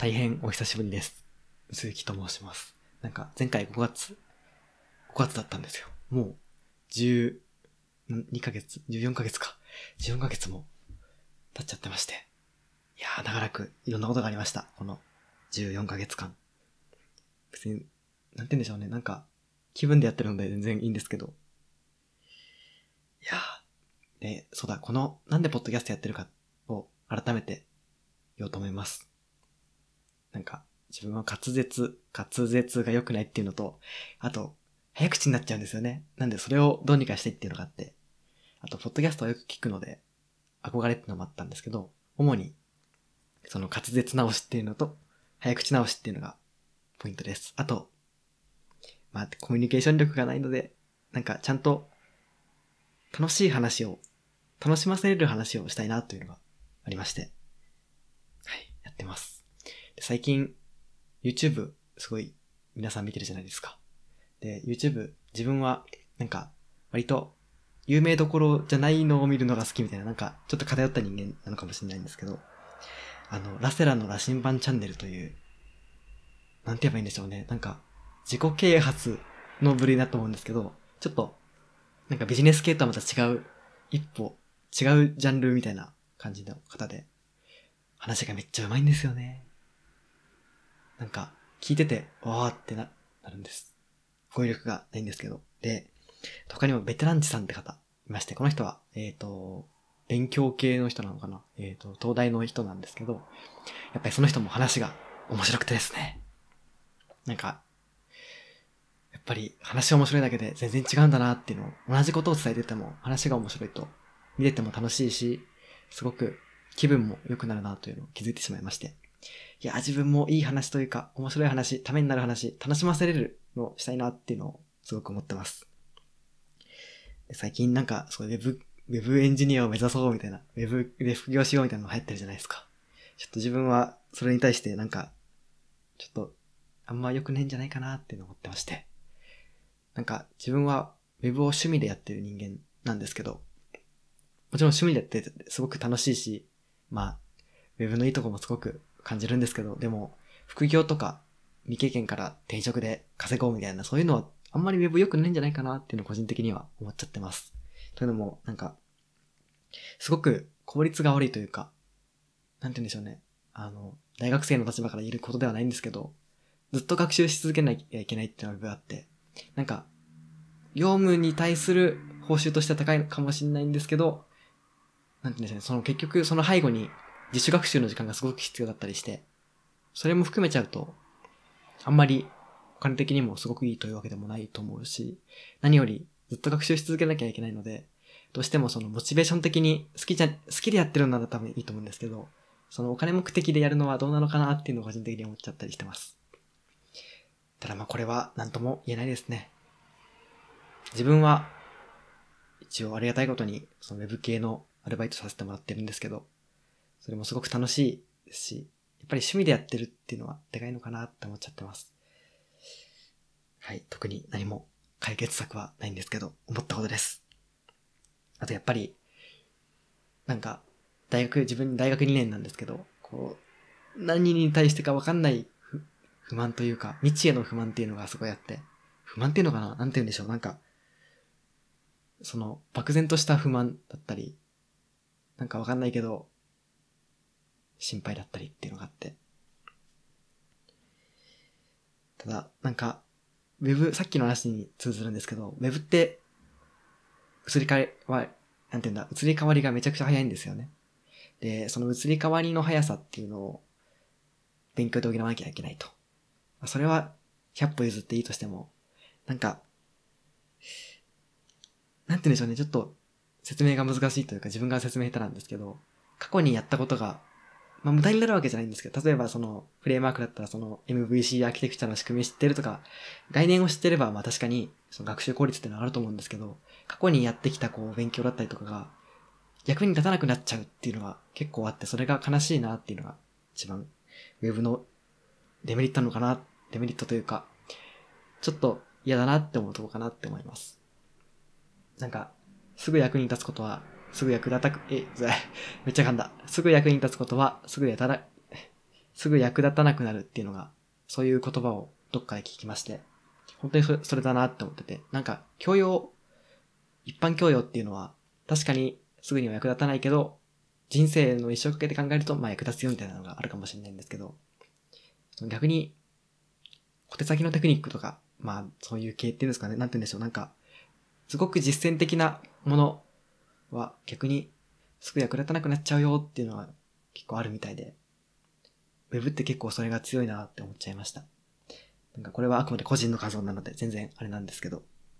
大変お久しぶりです。鈴木と申します。なんか前回5月だったんですよ。もう12ヶ月、14ヶ月か。14ヶ月も経っちゃってまして。いやー、長らくいろんなことがありました。この14ヶ月間。別に、なんて言うんでしょうね。なんか気分でやってるので全然いいんですけど。いやー、で、そうだ、このなんでポッドキャストやってるかを改めて言おうと思います。なんか、自分は滑舌が良くないっていうのと、あと、早口になっちゃうんですよね。なんでそれをどうにかしてっていうのがあって、あと、ポッドキャストをよく聞くので、憧れってのもあったんですけど、主に、その滑舌直しっていうのと、早口直しっていうのがポイントです。あと、コミュニケーション力がないので、なんかちゃんと楽しい話を、楽しませれる話をしたいなというのがありまして、はい、やってます。で最近、YouTube すごい皆さん見てるじゃないですか。で、YouTube 自分はなんか割と有名どころじゃないのを見るのが好きみたいな、なんかちょっと偏った人間なのかもしれないんですけど、ラセラの羅針盤チャンネルという、なんて言えばいいんでしょうね。なんか自己啓発の部類だと思うんですけど、ちょっとなんかビジネス系とはまた違う、一歩違うジャンルみたいな感じの方で、話がめっちゃうまいんですよね。なんか聞いててわーってなるんです。語彙力がないんですけど。で、他にもベテランチさんって方いまして、この人は勉強系の人なのかな、東大の人なんですけど、やっぱりその人も話が面白くてですね。なんかやっぱり話面白いだけで全然違うんだなっていうのを、同じことを伝えてても話が面白いと見てても楽しいし、すごく気分も良くなるなというのを気づいてしまいまして。いや、自分もいい話というか、面白い話、ためになる話、楽しませれるのをしたいなっていうのをすごく思ってます。で最近なんか、そうウェブエンジニアを目指そうみたいな、ウェブで副業しようみたいなの流行ってるじゃないですか。ちょっと自分はそれに対してなんか、ちょっとあんま良くないんじゃないかなっていうのを思ってまして。なんか自分はウェブを趣味でやってる人間なんですけど、もちろん趣味でやっててすごく楽しいし、ウェブのいいとこもすごく感じるんですけど、でも、副業とか未経験から転職で稼ごうみたいな、そういうのはあんまりウェブ良くないんじゃないかなっていうのを個人的には思っちゃってます。というのも、なんか、すごく効率が悪いというか、なんて言うんでしょうね。大学生の立場から言えることではないんですけど、ずっと学習し続けなきゃいけないっていうのがあって、なんか、業務に対する報酬としては高いかもしれないんですけど、なんて言うんでしょうね。その結局その背後に自主学習の時間がすごく必要だったりして、それも含めちゃうと、あんまりお金的にもすごくいいというわけでもないと思うし、何よりずっと学習し続けなきゃいけないので、どうしてもそのモチベーション的に好きでやってるんだったら多分いいと思うんですけど、そのお金目的でやるのはどうなのかなっていうのを個人的に思っちゃったりしてます。ただこれは何とも言えないですね。自分は一応ありがたいことにそのウェブ系のアルバイトさせてもらってるんですけど、それもすごく楽しいですし、やっぱり趣味でやってるっていうのはでかいのかなって思っちゃってます。はい、特に何も解決策はないんですけど、思ったことです。あとやっぱり、なんか、自分大学2年なんですけど、何に対してか分かんない不満というか、未知への不満っていうのがすごいあって、不満っていうのかな、なんて言うんでしょう、なんか、その、漠然とした不満だったり、なんか分かんないけど、心配だったりっていうのがあって。ただ、なんか、ウェブ、さっきの話に通ずるんですけど、ウェブって、移り変わりがめちゃくちゃ早いんですよね。で、その移り変わりの速さっていうのを勉強で補わなきゃいけないと。それは100歩譲っていいとしても、なんか、なんて言うんでしょうね、ちょっと説明が難しいというか自分が説明下手なんですけど、過去にやったことが、無駄になるわけじゃないんですけど、例えばそのフレームワークだったらその MVC アーキテクチャの仕組み知ってるとか、概念を知ってれば確かにその学習効率っていうのはあると思うんですけど、過去にやってきた勉強だったりとかが役に立たなくなっちゃうっていうのが結構あって、それが悲しいなっていうのが一番ウェブのデメリットなのかな、デメリットというか、ちょっと嫌だなって思うとこかなって思います。なんか、すぐ役に立つことは、すぐ役立たく、めっちゃ噛んだ。すぐ役に立つことは、すぐすぐ役立たなくなるっていうのが、そういう言葉をどっかで聞きまして、本当にそれだなって思ってて、なんか一般教養っていうのは確かにすぐには役立たないけど、人生の一生かけて考えると役立つよみたいなのがあるかもしれないんですけど、逆に小手先のテクニックとか、そういう系っていうんですかね、なんて言うんでしょう、なんかすごく実践的なものは逆にすぐ役立たなくなっちゃうよっていうのは結構あるみたいで、ウェブって結構それが強いなって思っちゃいました。なんかこれはあくまで個人の感想なので全然あれなんですけど、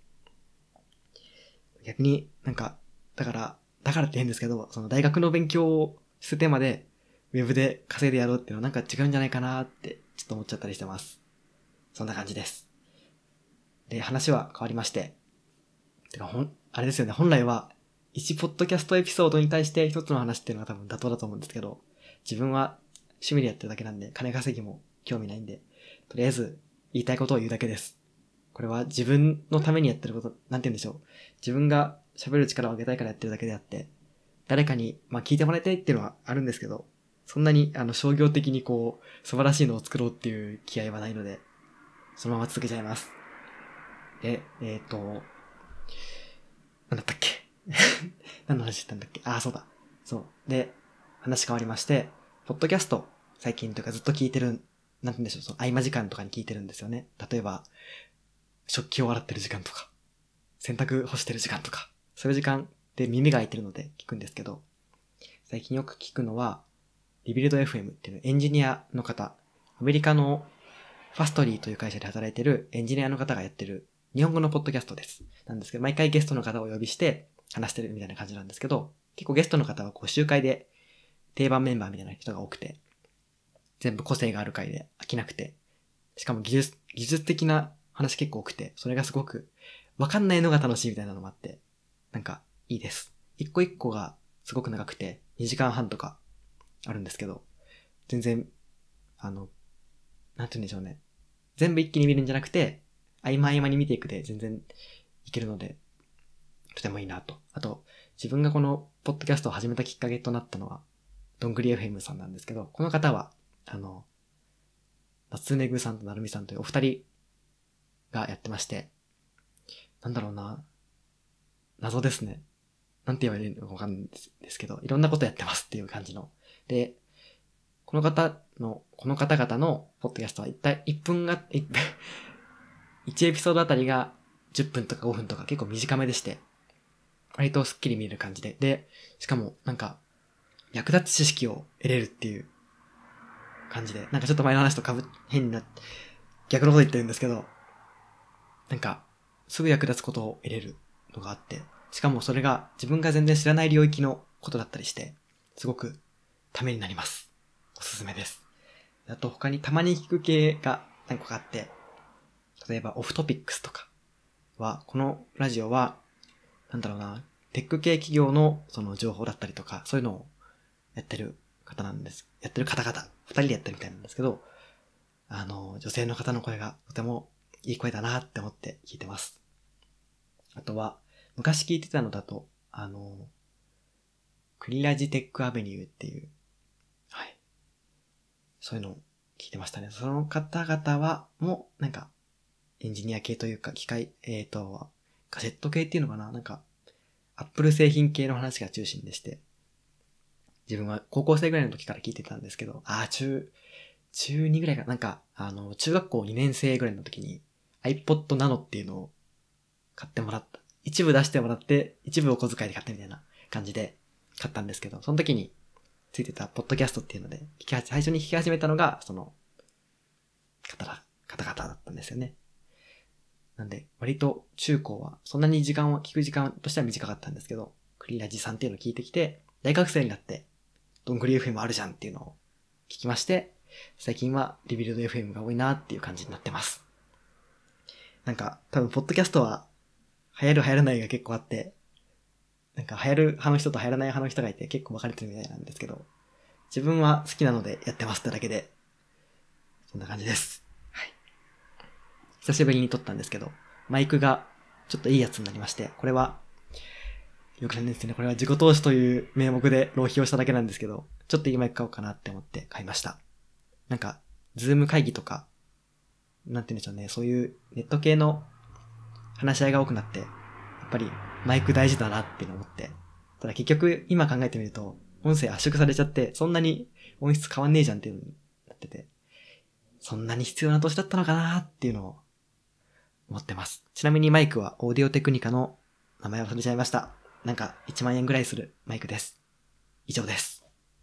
逆になんか、だからって変ですけど、その大学の勉強を捨ててまでウェブで稼いでやろうっていうのはなんか違うんじゃないかなってちょっと思っちゃったりしてます。そんな感じです。で、話は変わりまして、あれですよね、本来は1ポッドキャストエピソードに対して一つの話っていうのが多分妥当だと思うんですけど、自分は趣味でやってるだけなんで、金稼ぎも興味ないんで、とりあえず言いたいことを言うだけです。これは自分のためにやってること、なんて言うんでしょう。自分が喋る力を上げたいからやってるだけであって、誰かに、聞いてもらいたいっていうのはあるんですけど、そんなに、商業的に素晴らしいのを作ろうっていう気合はないので、そのまま続けちゃいます。で、なんだったっけ何の話したんだっけそうだ。そう。で、話変わりまして、ポッドキャスト、最近というかずっと聞いてる、なんて言うんでしょう、その合間時間とかに聞いてるんですよね。例えば、食器を洗ってる時間とか、洗濯干してる時間とか、そういう時間で耳が開いてるので聞くんですけど、最近よく聞くのは、リビルド FM っていうエンジニアの方、アメリカのファストリーという会社で働いてるエンジニアの方がやってる日本語のポッドキャストです。なんですけど、毎回ゲストの方をお呼びして話してるみたいな感じなんですけど、結構ゲストの方は集会で定番メンバーみたいな人が多くて、全部個性がある回で飽きなくて、しかも技術的な話結構多くて、それがすごくわかんないのが楽しいみたいなのもあって、なんかいいです。一個一個がすごく長くて2時間半とかあるんですけど、全然、なんて言うんでしょうね。全部一気に見るんじゃなくて、合間合間に見ていくで全然いけるので、とてもいいなと。あと、自分がこのポッドキャストを始めたきっかけとなったのは、どんぐり FM さんなんですけど、この方は、夏めぐさんとなるみさんというお二人がやってまして、なんだろうな、謎ですね。なんて言われるのかわかんないんですけど、いろんなことやってますっていう感じの。で、この方々のポッドキャストは一体1エピソードあたりが10分とか5分とか結構短めでして、割とスッキリ見える感じで、で、しかもなんか役立つ知識を得れるっていう感じで、なんかちょっと前の話と変な逆のこと言ってるんですけど、なんかすぐ役立つことを得れるのがあって、しかもそれが自分が全然知らない領域のことだったりして、すごくためになります。おすすめです。あと他にたまに聞く系が何個かあって、例えばオフトピックスとかは、このラジオは、なんだろうな、テック系企業のその情報だったりとか、そういうのをやってる方々、二人でやってるみたいなんですけど、女性の方の声がとてもいい声だなって思って聞いてます。あとは、昔聞いてたのだと、クリラジテックアベニューっていう、はい。そういうのを聞いてましたね。その方々は、なんか、エンジニア系というか、ガジェット系っていうのかななんか、アップル製品系の話が中心でして、自分は高校生ぐらいの時から聞いてたんですけど、中2ぐらいかなんか、中学校2年生ぐらいの時に iPod Nano っていうのを買ってもらった。一部出してもらって、一部お小遣いで買ったみたいな感じで買ったんですけど、その時についてたポッドキャストっていうので、最初に聞き始めたのが、その方々だったんですよね。なんで、割と中高は、そんなに聞く時間としては短かったんですけど、クリラジさんっていうのを聞いてきて、大学生になって、どんぐり FM あるじゃんっていうのを聞きまして、最近はリビルド FM が多いなっていう感じになってます。なんか、多分、ポッドキャストは、流行る流行らないが結構あって、なんか流行る派の人と流行らない派の人がいて結構分かれてるみたいなんですけど、自分は好きなのでやってますってだけで、そんな感じです。はい。久しぶりに撮ったんですけど、マイクがちょっといいやつになりまして、これは、よくないんですね。これは自己投資という名目で浪費をしただけなんですけど、ちょっといいマイク買おうかなって思って買いました。 なんか、ズーム会議とか、なんて言うんでしょうね、そういうネット系の話し合いが多くなって、やっぱりマイク大事だなっていうのを思って、ただ結局今考えてみると、音声圧縮されちゃって、そんなに音質変わんねえじゃんっていうのになってて、そんなに必要な投資だったのかなっていうのを思ってます。ちなみにマイクはオーディオテクニカの名前を忘れちゃいました。なんか1万円ぐらいするマイクです。以上です。